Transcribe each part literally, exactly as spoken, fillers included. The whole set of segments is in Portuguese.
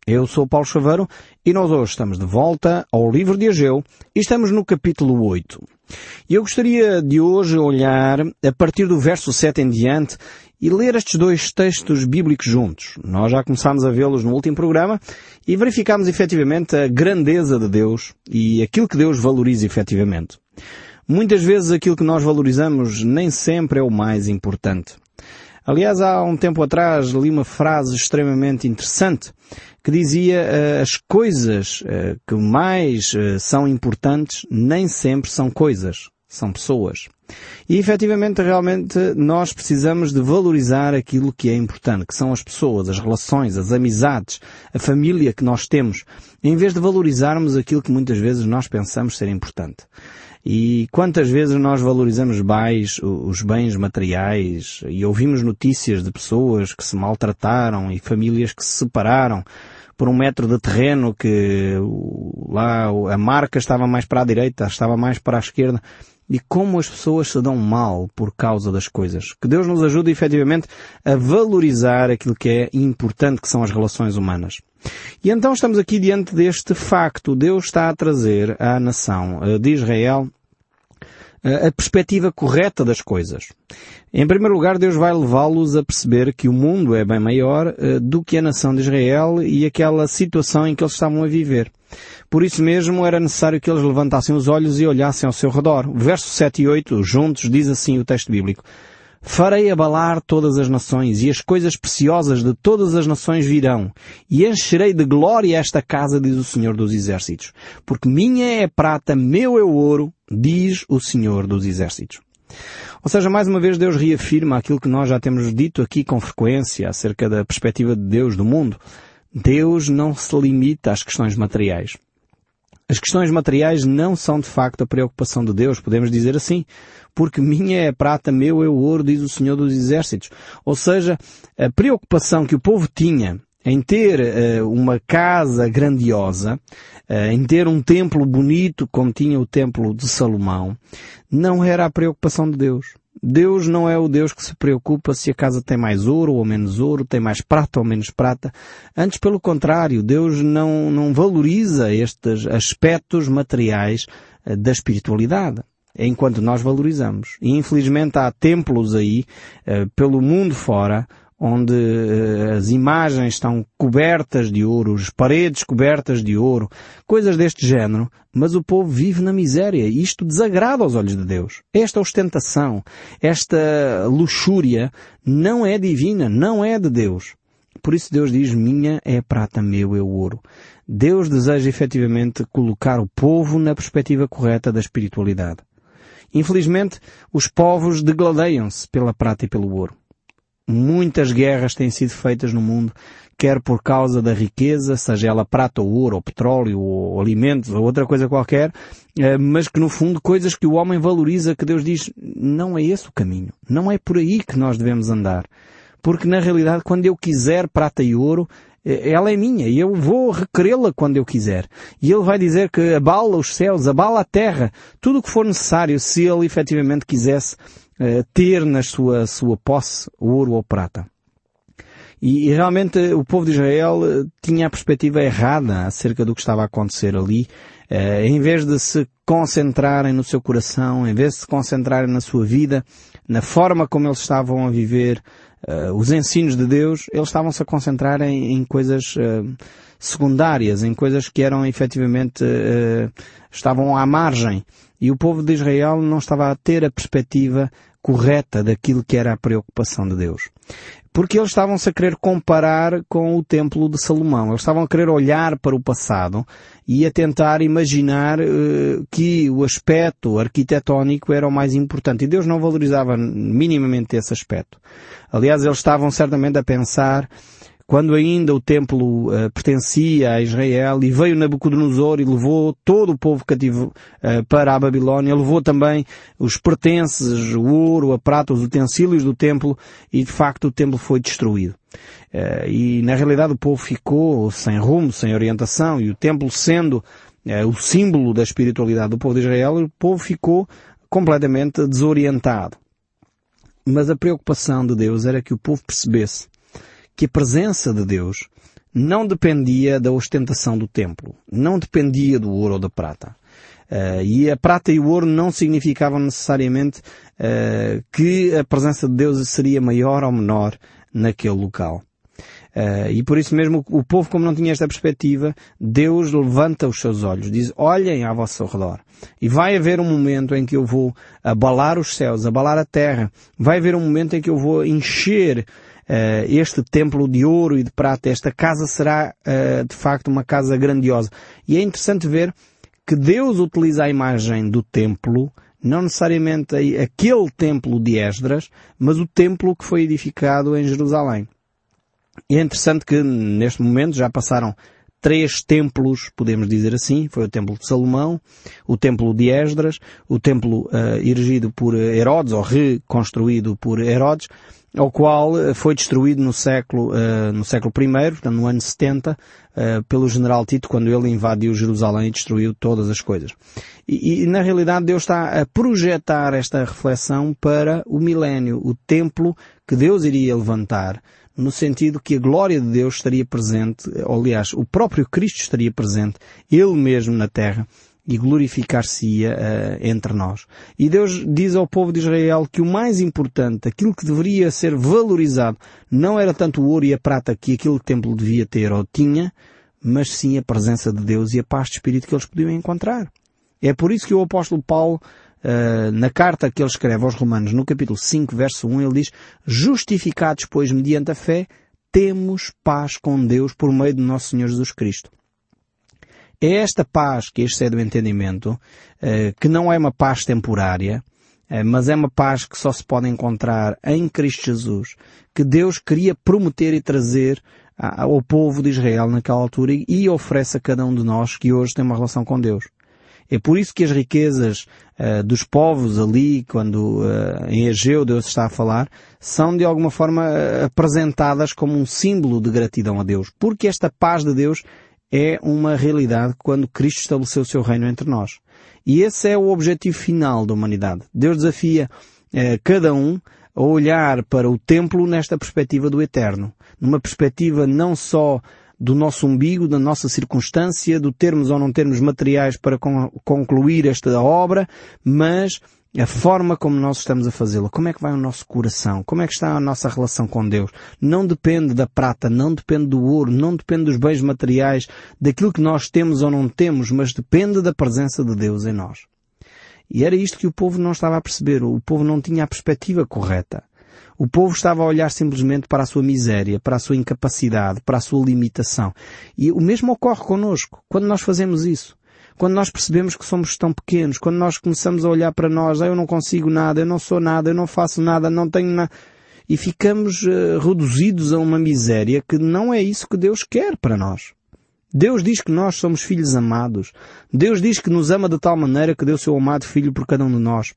Eu sou Paulo Chaveiro e nós hoje estamos de volta ao livro de Ageu e estamos no capítulo oito. E eu gostaria de hoje olhar a partir do verso sete em diante e ler estes dois textos bíblicos juntos. Nós já começámos a vê-los no último programa e verificámos efetivamente a grandeza de Deus e aquilo que Deus valoriza efetivamente. Muitas vezes aquilo que nós valorizamos nem sempre é o mais importante. Aliás, há um tempo atrás li uma frase extremamente interessante que dizia uh, as coisas uh, que mais uh, são importantes nem sempre são coisas, são pessoas. E efetivamente, realmente, nós precisamos de valorizar aquilo que é importante, que são as pessoas, as relações, as amizades, a família que nós temos, em vez de valorizarmos aquilo que muitas vezes nós pensamos ser importante. E quantas vezes nós valorizamos mais os bens materiais e ouvimos notícias de pessoas que se maltrataram e famílias que se separaram por um metro de terreno que lá a marca estava mais para a direita, estava mais para a esquerda. E como as pessoas se dão mal por causa das coisas. Que Deus nos ajude efetivamente a valorizar aquilo que é importante, que são as relações humanas. E então estamos aqui diante deste facto. Deus está a trazer à nação de Israel a perspectiva correta das coisas. Em primeiro lugar, Deus vai levá-los a perceber que o mundo é bem maior do que a nação de Israel e aquela situação em que eles estavam a viver. Por isso mesmo era necessário que eles levantassem os olhos e olhassem ao seu redor. O verso sete e oito, juntos, diz assim o texto bíblico: Farei abalar todas as nações, e as coisas preciosas de todas as nações virão, e encherei de glória esta casa, diz o Senhor dos Exércitos. Porque minha é a prata, meu é o ouro, diz o Senhor dos Exércitos. Ou seja, mais uma vez Deus reafirma aquilo que nós já temos dito aqui com frequência acerca da perspectiva de Deus do mundo. Deus não se limita às questões materiais. As questões materiais não são de facto a preocupação de Deus, podemos dizer assim, porque minha é a prata, meu é o ouro, diz o Senhor dos Exércitos. Ou seja, a preocupação que o povo tinha em ter uh, uma casa grandiosa, uh, em ter um templo bonito como tinha o templo de Salomão, não era a preocupação de Deus. Deus não é o Deus que se preocupa se a casa tem mais ouro ou menos ouro, tem mais prata ou menos prata. Antes, pelo contrário, Deus não, não valoriza estes aspectos materiais uh, da espiritualidade, enquanto nós valorizamos. E infelizmente há templos aí, uh, pelo mundo fora, onde uh, as imagens estão cobertas de ouro, as paredes cobertas de ouro, coisas deste género, mas o povo vive na miséria e isto desagrada aos olhos de Deus. Esta ostentação, esta luxúria não é divina, não é de Deus. Por isso Deus diz, minha é a prata, meu é o ouro. Deus deseja efetivamente colocar o povo na perspectiva correta da espiritualidade. Infelizmente, os povos degladeiam-se pela prata e pelo ouro. Muitas guerras têm sido feitas no mundo, quer por causa da riqueza, seja ela prata ou ouro, ou petróleo, ou alimentos, ou outra coisa qualquer, mas que no fundo coisas que o homem valoriza, que Deus diz, não é esse o caminho, não é por aí que nós devemos andar. Porque na realidade, quando eu quiser prata e ouro, ela é minha e eu vou requerê-la quando eu quiser. E Ele vai dizer que abala os céus, abala a terra, tudo o que for necessário, se Ele efetivamente quisesse Uh, ter na sua, sua posse ouro ou prata. E, e realmente o povo de Israel uh, tinha a perspectiva errada acerca do que estava a acontecer ali. Uh, em vez de se concentrarem no seu coração, em vez de se concentrarem na sua vida, na forma como eles estavam a viver uh, os ensinos de Deus, eles estavam-se a concentrar em, em coisas uh, secundárias, em coisas que eram efetivamente, uh, estavam à margem. E o povo de Israel não estava a ter a perspectiva correta daquilo que era a preocupação de Deus. Porque eles estavam-se a querer comparar com o templo de Salomão. Eles estavam a querer olhar para o passado e a tentar imaginar uh, que o aspecto arquitetónico era o mais importante. E Deus não valorizava minimamente esse aspecto. Aliás, eles estavam certamente a pensar, quando ainda o templo uh, pertencia a Israel e veio Nabucodonosor e levou todo o povo cativo uh, para a Babilónia, levou também os pertences, o ouro, a prata, os utensílios do templo e de facto o templo foi destruído. Uh, e na realidade o povo ficou sem rumo, sem orientação e o templo sendo uh, o símbolo da espiritualidade do povo de Israel, o povo ficou completamente desorientado. Mas a preocupação de Deus era que o povo percebesse que a presença de Deus não dependia da ostentação do templo, não dependia do ouro ou da prata. Uh, e a prata e o ouro não significavam necessariamente uh, que a presença de Deus seria maior ou menor naquele local. Uh, e por isso mesmo o povo, como não tinha esta perspectiva, Deus levanta os seus olhos, diz: olhem ao vosso redor. E vai haver um momento em que eu vou abalar os céus, abalar a terra. Vai haver um momento em que eu vou encher uh, este templo de ouro e de prata. Esta casa será uh, de facto uma casa grandiosa. E é interessante ver que Deus utiliza a imagem do templo, não necessariamente aquele templo de Esdras, mas o templo que foi edificado em Jerusalém. E é interessante que neste momento já passaram três templos, podemos dizer assim. Foi o templo de Salomão, o templo de Esdras, o templo uh, erigido por Herodes, ou reconstruído por Herodes, ao qual foi destruído no século, uh, no século primeiro, portanto no ano setenta, uh, pelo general Tito, quando ele invadiu Jerusalém e destruiu todas as coisas. E, e na realidade Deus está a projetar esta reflexão para o milénio, o templo que Deus iria levantar, no sentido que a glória de Deus estaria presente, ou, aliás, o próprio Cristo estaria presente, Ele mesmo na terra, e glorificar-se-ia uh, entre nós. E Deus diz ao povo de Israel que o mais importante, aquilo que deveria ser valorizado, não era tanto o ouro e a prata que aquele templo devia ter ou tinha, mas sim a presença de Deus e a paz de espírito que eles podiam encontrar. É por isso que o apóstolo Paulo, Uh, na carta que ele escreve aos Romanos, no capítulo cinco, verso um, ele diz: justificados, pois, mediante a fé, temos paz com Deus por meio do nosso Senhor Jesus Cristo. É esta paz que excede o entendimento, uh, que não é uma paz temporária, uh, mas é uma paz que só se pode encontrar em Cristo Jesus, que Deus queria prometer e trazer ao povo de Israel naquela altura e oferece a cada um de nós que hoje tem uma relação com Deus. É por isso que as riquezas uh, dos povos ali, quando uh, em Egeu Deus está a falar, são de alguma forma uh, apresentadas como um símbolo de gratidão a Deus. Porque esta paz de Deus é uma realidade quando Cristo estabeleceu o seu reino entre nós. E esse é o objetivo final da humanidade. Deus desafia uh, cada um a olhar para o templo nesta perspectiva do eterno. Numa perspectiva não só do nosso umbigo, da nossa circunstância, do termos ou não termos materiais para con- concluir esta obra, mas a forma como nós estamos a fazê-la. Como é que vai o nosso coração? Como é que está a nossa relação com Deus? Não depende da prata, não depende do ouro, não depende dos bens materiais, daquilo que nós temos ou não temos, mas depende da presença de Deus em nós. E era isto que o povo não estava a perceber. O povo não tinha a perspectiva correta. O povo estava a olhar simplesmente para a sua miséria, para a sua incapacidade, para a sua limitação. E o mesmo ocorre connosco, quando nós fazemos isso. Quando nós percebemos que somos tão pequenos, quando nós começamos a olhar para nós, ah, eu não consigo nada, eu não sou nada, eu não faço nada, não tenho nada, e ficamos uh, reduzidos a uma miséria que não é isso que Deus quer para nós. Deus diz que nós somos filhos amados. Deus diz que nos ama de tal maneira que deu o seu amado Filho por cada um de nós.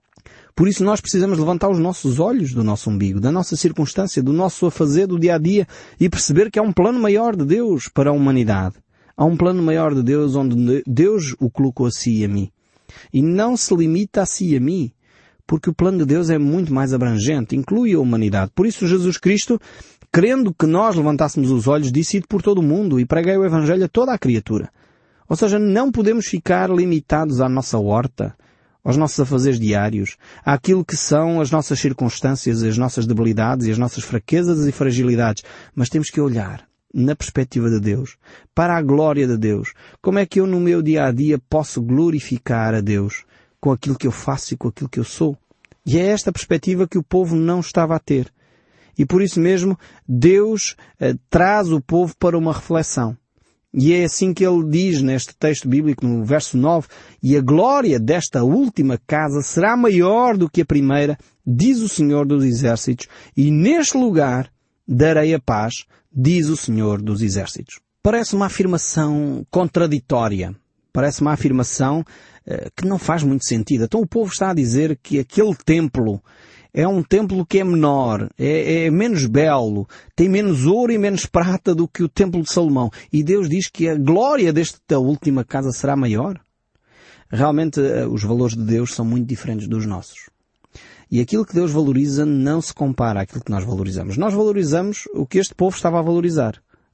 Por isso nós precisamos levantar os nossos olhos do nosso umbigo, da nossa circunstância, do nosso afazer do dia a dia e perceber que há um plano maior de Deus para a humanidade. Há um plano maior de Deus onde Deus o colocou a si e a mim. E não se limita a si e a mim, porque o plano de Deus é muito mais abrangente, inclui a humanidade. Por isso Jesus Cristo, querendo que nós levantássemos os olhos, disse: ide por todo o mundo e preguei o Evangelho a toda a criatura. Ou seja, não podemos ficar limitados à nossa horta, aos nossos afazeres diários, àquilo que são as nossas circunstâncias, as nossas debilidades e as nossas fraquezas e fragilidades. Mas temos que olhar na perspectiva de Deus, para a glória de Deus. Como é que eu no meu dia a dia posso glorificar a Deus com aquilo que eu faço e com aquilo que eu sou? E é esta perspectiva que o povo não estava a ter. E por isso mesmo Deus eh, traz o povo para uma reflexão. E é assim que ele diz neste texto bíblico, no verso nove, e a glória desta última casa será maior do que a primeira, diz o Senhor dos Exércitos, e neste lugar darei a paz, diz o Senhor dos Exércitos. Parece uma afirmação contraditória. Parece uma afirmação uh, que não faz muito sentido. Então o povo está a dizer que aquele templo é um templo que é menor, é, é menos belo, tem menos ouro e menos prata do que o templo de Salomão. E Deus diz que a glória desta última casa será maior. Realmente os valores de Deus são muito diferentes dos nossos. E aquilo que Deus valoriza não se compara àquilo que nós valorizamos. Nós valorizamos o que este povo estava a valorizar.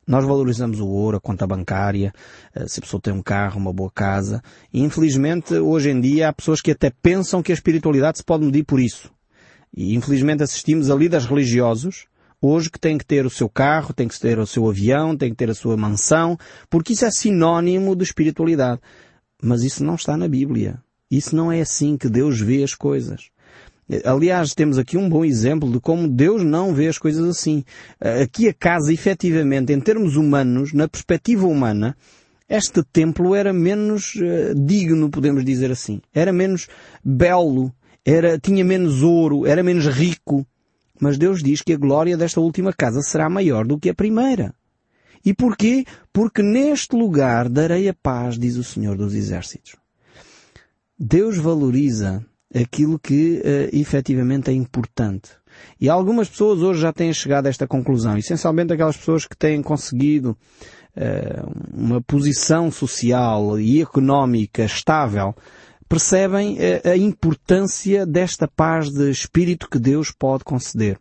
Nós valorizamos o ouro, a conta bancária, se a pessoa tem um carro, uma boa casa. E infelizmente, hoje em dia, há pessoas que até pensam que a espiritualidade se pode medir por isso. E infelizmente assistimos a líderes religiosos, hoje, que têm que ter o seu carro, têm que ter o seu avião, têm que ter a sua mansão, porque isso é sinónimo de espiritualidade. Mas isso não está na Bíblia. Isso não é assim que Deus vê as coisas. Aliás, temos aqui um bom exemplo de como Deus não vê as coisas assim. Aqui a casa, efetivamente, em termos humanos, na perspectiva humana, este templo era menos uh, digno, podemos dizer assim. Era menos belo, era, tinha menos ouro, era menos rico. Mas Deus diz que a glória desta última casa será maior do que a primeira. E porquê? Porque neste lugar darei a paz, diz o Senhor dos Exércitos. Deus valoriza aquilo que uh, efetivamente é importante. E algumas pessoas hoje já têm chegado a esta conclusão, essencialmente aquelas pessoas que têm conseguido uh, uma posição social e económica estável, percebem uh, a importância desta paz de espírito que Deus pode conceder.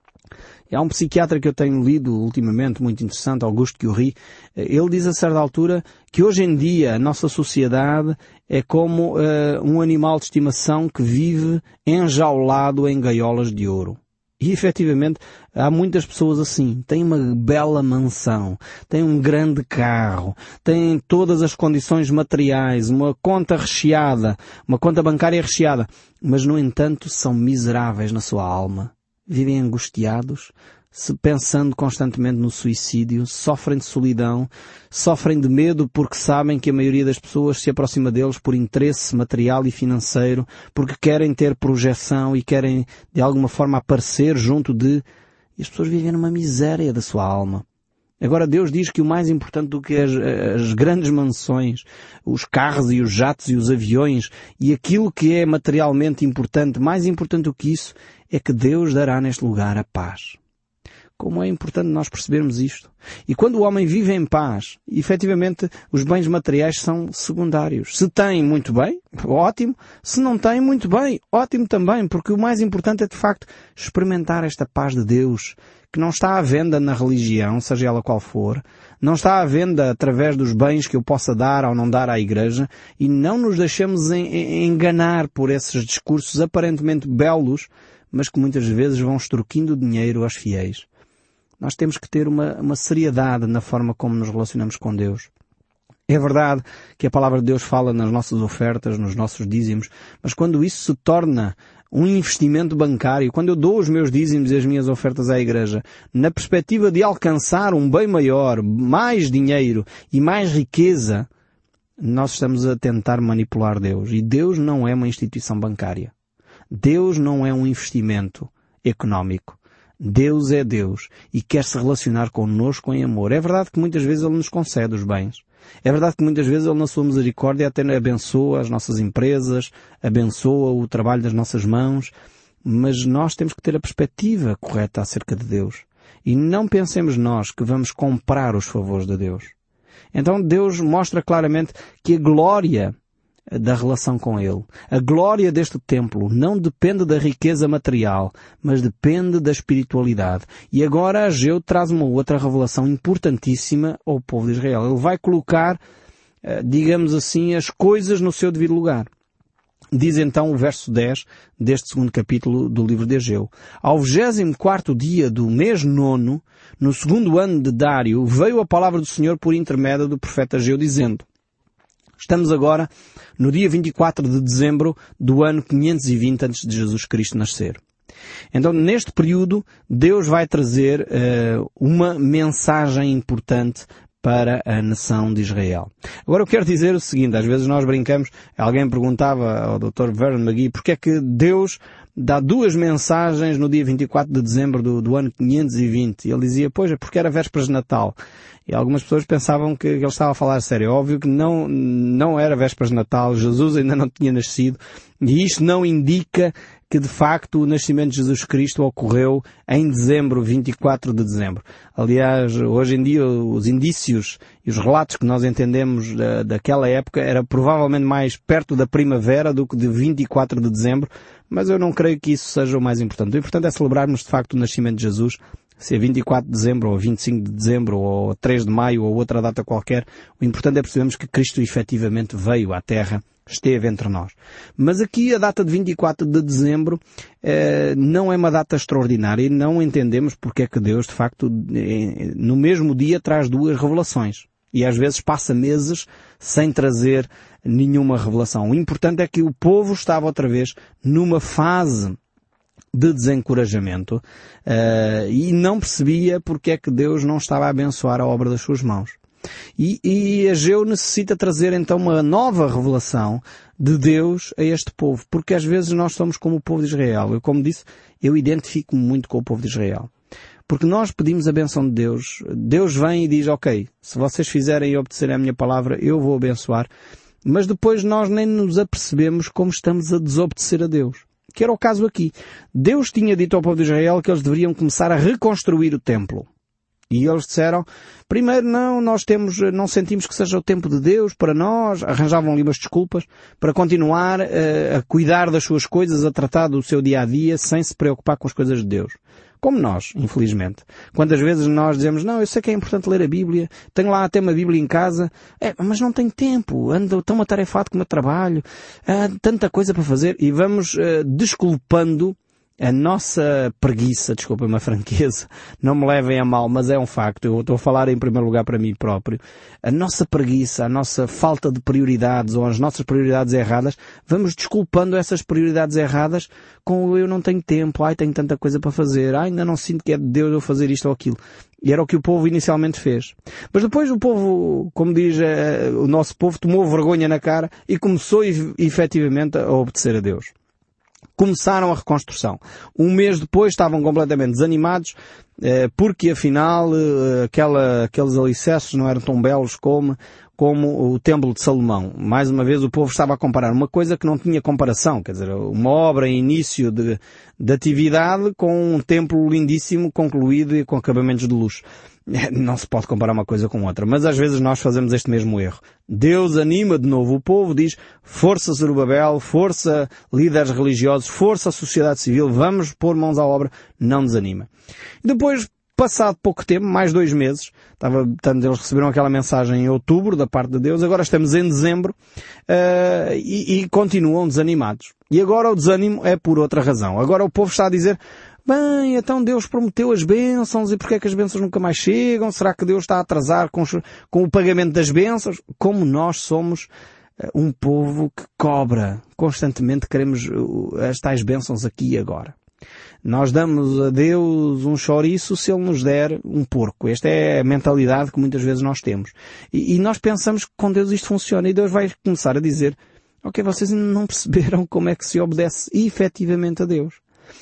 Há um psiquiatra que eu tenho lido ultimamente, muito interessante, Augusto Curie. Ele diz a certa altura que hoje em dia a nossa sociedade é como uh, um animal de estimação que vive enjaulado em gaiolas de ouro. E efetivamente há muitas pessoas assim. Têm uma bela mansão, têm um grande carro, têm todas as condições materiais, uma conta recheada, uma conta bancária recheada, mas no entanto são miseráveis na sua alma. Vivem angustiados, se pensando constantemente no suicídio, sofrem de solidão, sofrem de medo porque sabem que a maioria das pessoas se aproxima deles por interesse material e financeiro, porque querem ter projeção e querem de alguma forma aparecer junto de... E as pessoas vivem numa miséria da sua alma. Agora Deus diz que o mais importante do que as, as grandes mansões, os carros e os jatos e os aviões e aquilo que é materialmente importante, mais importante do que isso, é que Deus dará neste lugar a paz. Como é importante nós percebermos isto. E quando o homem vive em paz, efetivamente os bens materiais são secundários. Se tem, muito bem, ótimo. Se não tem, muito bem, ótimo também, porque o mais importante é de facto experimentar esta paz de Deus, que não está à venda na religião, seja ela qual for, não está à venda através dos bens que eu possa dar ou não dar à igreja, e não nos deixemos enganar por esses discursos aparentemente belos, mas que muitas vezes vão extorquindo dinheiro aos fiéis. Nós temos que ter uma, uma seriedade na forma como nos relacionamos com Deus. É verdade que a palavra de Deus fala nas nossas ofertas, nos nossos dízimos, mas quando isso se torna um investimento bancário, quando eu dou os meus dízimos e as minhas ofertas à igreja, na perspectiva de alcançar um bem maior, mais dinheiro e mais riqueza, nós estamos a tentar manipular Deus. E Deus não é uma instituição bancária. Deus não é um investimento económico. Deus é Deus e quer se relacionar connosco em amor. É verdade que muitas vezes Ele nos concede os bens. É verdade que muitas vezes Ele, na sua misericórdia, até abençoa as nossas empresas, abençoa o trabalho das nossas mãos, mas nós temos que ter a perspectiva correta acerca de Deus. E não pensemos nós que vamos comprar os favores de Deus. Então Deus mostra claramente que a glória da relação com Ele, a glória deste templo não depende da riqueza material, mas depende da espiritualidade. E agora Ageu traz uma outra revelação importantíssima ao povo de Israel. Ele vai colocar, digamos assim, as coisas no seu devido lugar. Diz então o verso dez deste segundo capítulo do livro de Ageu. Ao vigésimo quarto dia do mês nono, no segundo ano de Dário, veio a palavra do Senhor por intermédio do profeta Ageu, dizendo: Estamos agora no dia vinte e quatro de dezembro do ano quinhentos e vinte antes de Jesus Cristo nascer. Então, neste período, Deus vai trazer uh, uma mensagem importante para a nação de Israel. Agora eu quero dizer o seguinte, às vezes nós brincamos, alguém perguntava ao doutor Vernon McGee porque é que Deus dá duas mensagens no dia vinte e quatro de dezembro do, do ano quinhentos e vinte. E ele dizia, pois é porque era vésperas de Natal. E algumas pessoas pensavam que ele estava a falar a sério. Óbvio que não, não era vésperas de Natal, Jesus ainda não tinha nascido, e isto não indica que de facto o nascimento de Jesus Cristo ocorreu em dezembro, vinte e quatro de dezembro. Aliás, hoje em dia os indícios e os relatos que nós entendemos da, daquela época era provavelmente mais perto da primavera do que de vinte e quatro de dezembro, mas eu não creio que isso seja o mais importante. O importante é celebrarmos de facto o nascimento de Jesus Se é vinte e quatro de dezembro, ou vinte e cinco de dezembro, ou três de maio, ou outra data qualquer, o importante é percebermos que Cristo efetivamente veio à Terra, esteve entre nós. Mas aqui a data de vinte e quatro de dezembro eh, não é uma data extraordinária e não entendemos porque é que Deus, de facto, eh, no mesmo dia traz duas revelações. E às vezes passa meses sem trazer nenhuma revelação. O importante é que o povo estava outra vez numa fase de desencorajamento uh, e não percebia porque é que Deus não estava a abençoar a obra das suas mãos. E, e Ageu necessita trazer então uma nova revelação de Deus a este povo, porque às vezes nós somos como o povo de Israel. Eu, como disse, eu identifico-me muito com o povo de Israel. Porque nós pedimos a bênção de Deus, Deus vem e diz, ok, se vocês fizerem e obedecerem a minha palavra, eu vou abençoar. Mas depois nós nem nos apercebemos como estamos a desobedecer a Deus. Que era o caso aqui. Deus tinha dito ao povo de Israel que eles deveriam começar a reconstruir o templo. E eles disseram, primeiro não, nós temos, não sentimos que seja o tempo de Deus para nós, arranjavam ali umas desculpas para continuar uh, a cuidar das suas coisas, a tratar do seu dia-a-dia, sem se preocupar com as coisas de Deus. Como nós, infelizmente. Quantas vezes nós dizemos, não, eu sei que é importante ler a Bíblia, tenho lá até uma Bíblia em casa, é, mas não tenho tempo, ando tão atarefado com o meu trabalho, há tanta coisa para fazer, e vamos uh, desculpando a nossa preguiça, desculpa-me a franqueza, não me levem a mal, mas é um facto, eu estou a falar em primeiro lugar para mim próprio, a nossa preguiça, a nossa falta de prioridades ou as nossas prioridades erradas, vamos desculpando essas prioridades erradas com eu não tenho tempo, ai tenho tanta coisa para fazer, ai ainda não sinto que é de Deus eu fazer isto ou aquilo. E era o que o povo inicialmente fez. Mas depois o povo, como diz o nosso povo, tomou vergonha na cara e começou efetivamente a obedecer a Deus. Começaram a reconstrução. Um mês depois estavam completamente desanimados, porque afinal aquela, aqueles alicerces não eram tão belos como, como o Templo de Salomão. Mais uma vez o povo estava a comparar uma coisa que não tinha comparação, quer dizer, uma obra em início de, de atividade com um templo lindíssimo, concluído e com acabamentos de luxo. Não se pode comparar uma coisa com outra, mas às vezes nós fazemos este mesmo erro. Deus anima de novo o povo, diz, força Zorobabel, força líderes religiosos, força sociedade civil, vamos pôr mãos à obra, não desanima. E depois, passado pouco tempo, mais dois meses, estava, portanto, eles receberam aquela mensagem em outubro da parte de Deus, agora estamos em dezembro, uh, e, e continuam desanimados. E agora o desânimo é por outra razão. Agora o povo está a dizer, bem, então Deus prometeu as bênçãos e porquê é que as bênçãos nunca mais chegam? Será que Deus está a atrasar com, os, com o pagamento das bênçãos? Como nós somos um povo que cobra, constantemente queremos as tais bênçãos aqui e agora. Nós damos a Deus um chouriço se Ele nos der um porco. Esta é a mentalidade que muitas vezes nós temos. E, e nós pensamos que com Deus isto funciona e Deus vai começar a dizer, ok, vocês ainda não perceberam como é que se obedece efetivamente a Deus.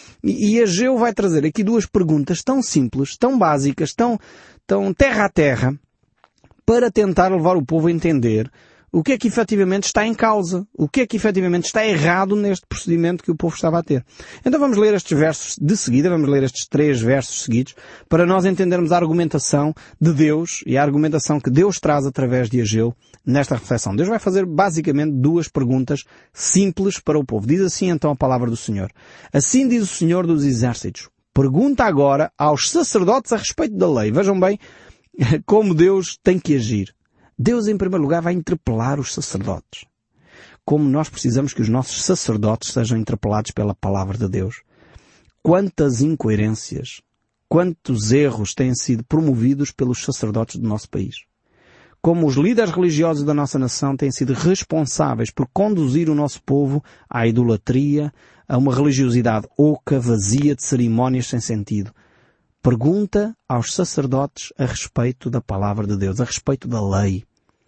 E a Ageu vai trazer aqui duas perguntas tão simples, tão básicas, tão, tão terra a terra, para tentar levar o povo a entender o que é que efetivamente está em causa, o que é que efetivamente está errado neste procedimento que o povo estava a ter. Então vamos ler estes versos de seguida, vamos ler estes três versos seguidos, para nós entendermos a argumentação de Deus e a argumentação que Deus traz através de Ageu nesta reflexão. Deus vai fazer basicamente duas perguntas simples para o povo. Diz assim então a palavra do Senhor. Assim diz o Senhor dos Exércitos. Pergunta agora aos sacerdotes a respeito da lei. Vejam bem como Deus tem que agir. Deus, em primeiro lugar, vai interpelar os sacerdotes. Como nós precisamos que os nossos sacerdotes sejam interpelados pela palavra de Deus. Quantas incoerências, quantos erros têm sido promovidos pelos sacerdotes do nosso país. Como os líderes religiosos da nossa nação têm sido responsáveis por conduzir o nosso povo à idolatria, a uma religiosidade oca, vazia de cerimónias sem sentido. Pergunta aos sacerdotes a respeito da palavra de Deus, a respeito da lei.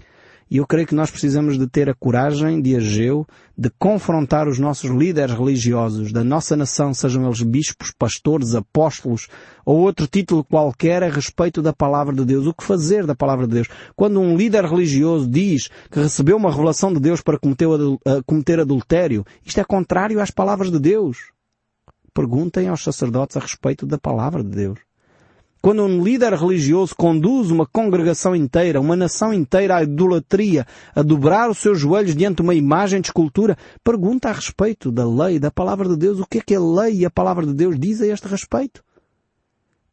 E eu creio que nós precisamos de ter a coragem de Ageu, de confrontar os nossos líderes religiosos da nossa nação, sejam eles bispos, pastores, apóstolos ou outro título qualquer a respeito da palavra de Deus. O que fazer da palavra de Deus? Quando um líder religioso diz que recebeu uma revelação de Deus para cometer adultério, isto é contrário às palavras de Deus. Perguntem aos sacerdotes a respeito da palavra de Deus. Quando um líder religioso conduz uma congregação inteira, uma nação inteira à idolatria, a dobrar os seus joelhos diante de uma imagem de escultura, pergunta a respeito da lei, da palavra de Deus, o que é que a lei e a palavra de Deus diz a este respeito.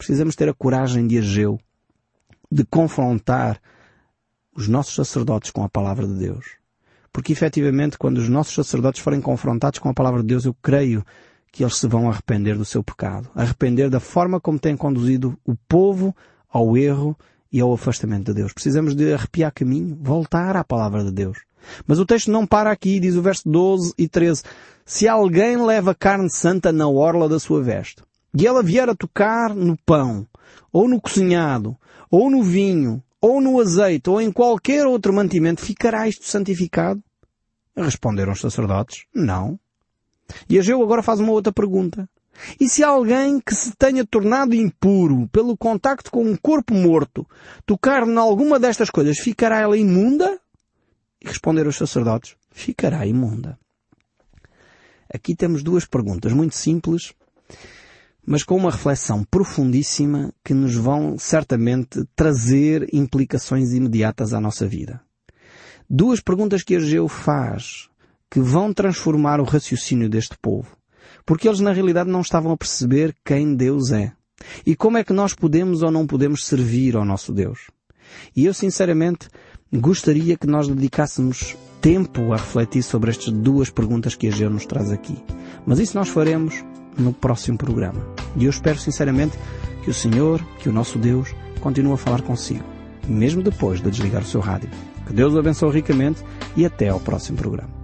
precisamos ter a coragem de Ageu, de confrontar os nossos sacerdotes com a palavra de Deus. Porque, efetivamente, quando os nossos sacerdotes forem confrontados com a palavra de Deus, eu creio que eles se vão arrepender do seu pecado. Arrepender da forma como têm conduzido o povo ao erro e ao afastamento de Deus. Precisamos de arrepiar caminho, voltar à palavra de Deus. Mas o texto não para aqui, diz o verso doze e treze. Se alguém leva carne santa na orla da sua veste, e ela vier a tocar no pão, ou no cozinhado, ou no vinho, ou no azeite, ou em qualquer outro mantimento, ficará isto santificado? Responderam os sacerdotes, não. E Ageu agora faz uma outra pergunta. E se alguém que se tenha tornado impuro pelo contacto com um corpo morto tocar em alguma destas coisas, ficará ela imunda? E responderam os sacerdotes, ficará imunda. Aqui temos duas perguntas muito simples, mas com uma reflexão profundíssima que nos vão certamente trazer implicações imediatas à nossa vida. Duas perguntas que Ageu faz que vão transformar o raciocínio deste povo. Porque eles na realidade não estavam a perceber quem Deus é. E como é que nós podemos ou não podemos servir ao nosso Deus. E eu sinceramente gostaria que nós dedicássemos tempo a refletir sobre estas duas perguntas que Ageu nos traz aqui. Mas isso nós faremos no próximo programa. E eu espero sinceramente que o Senhor, que o nosso Deus, continue a falar consigo. Mesmo depois de desligar o seu rádio. Que Deus o abençoe ricamente e até ao próximo programa.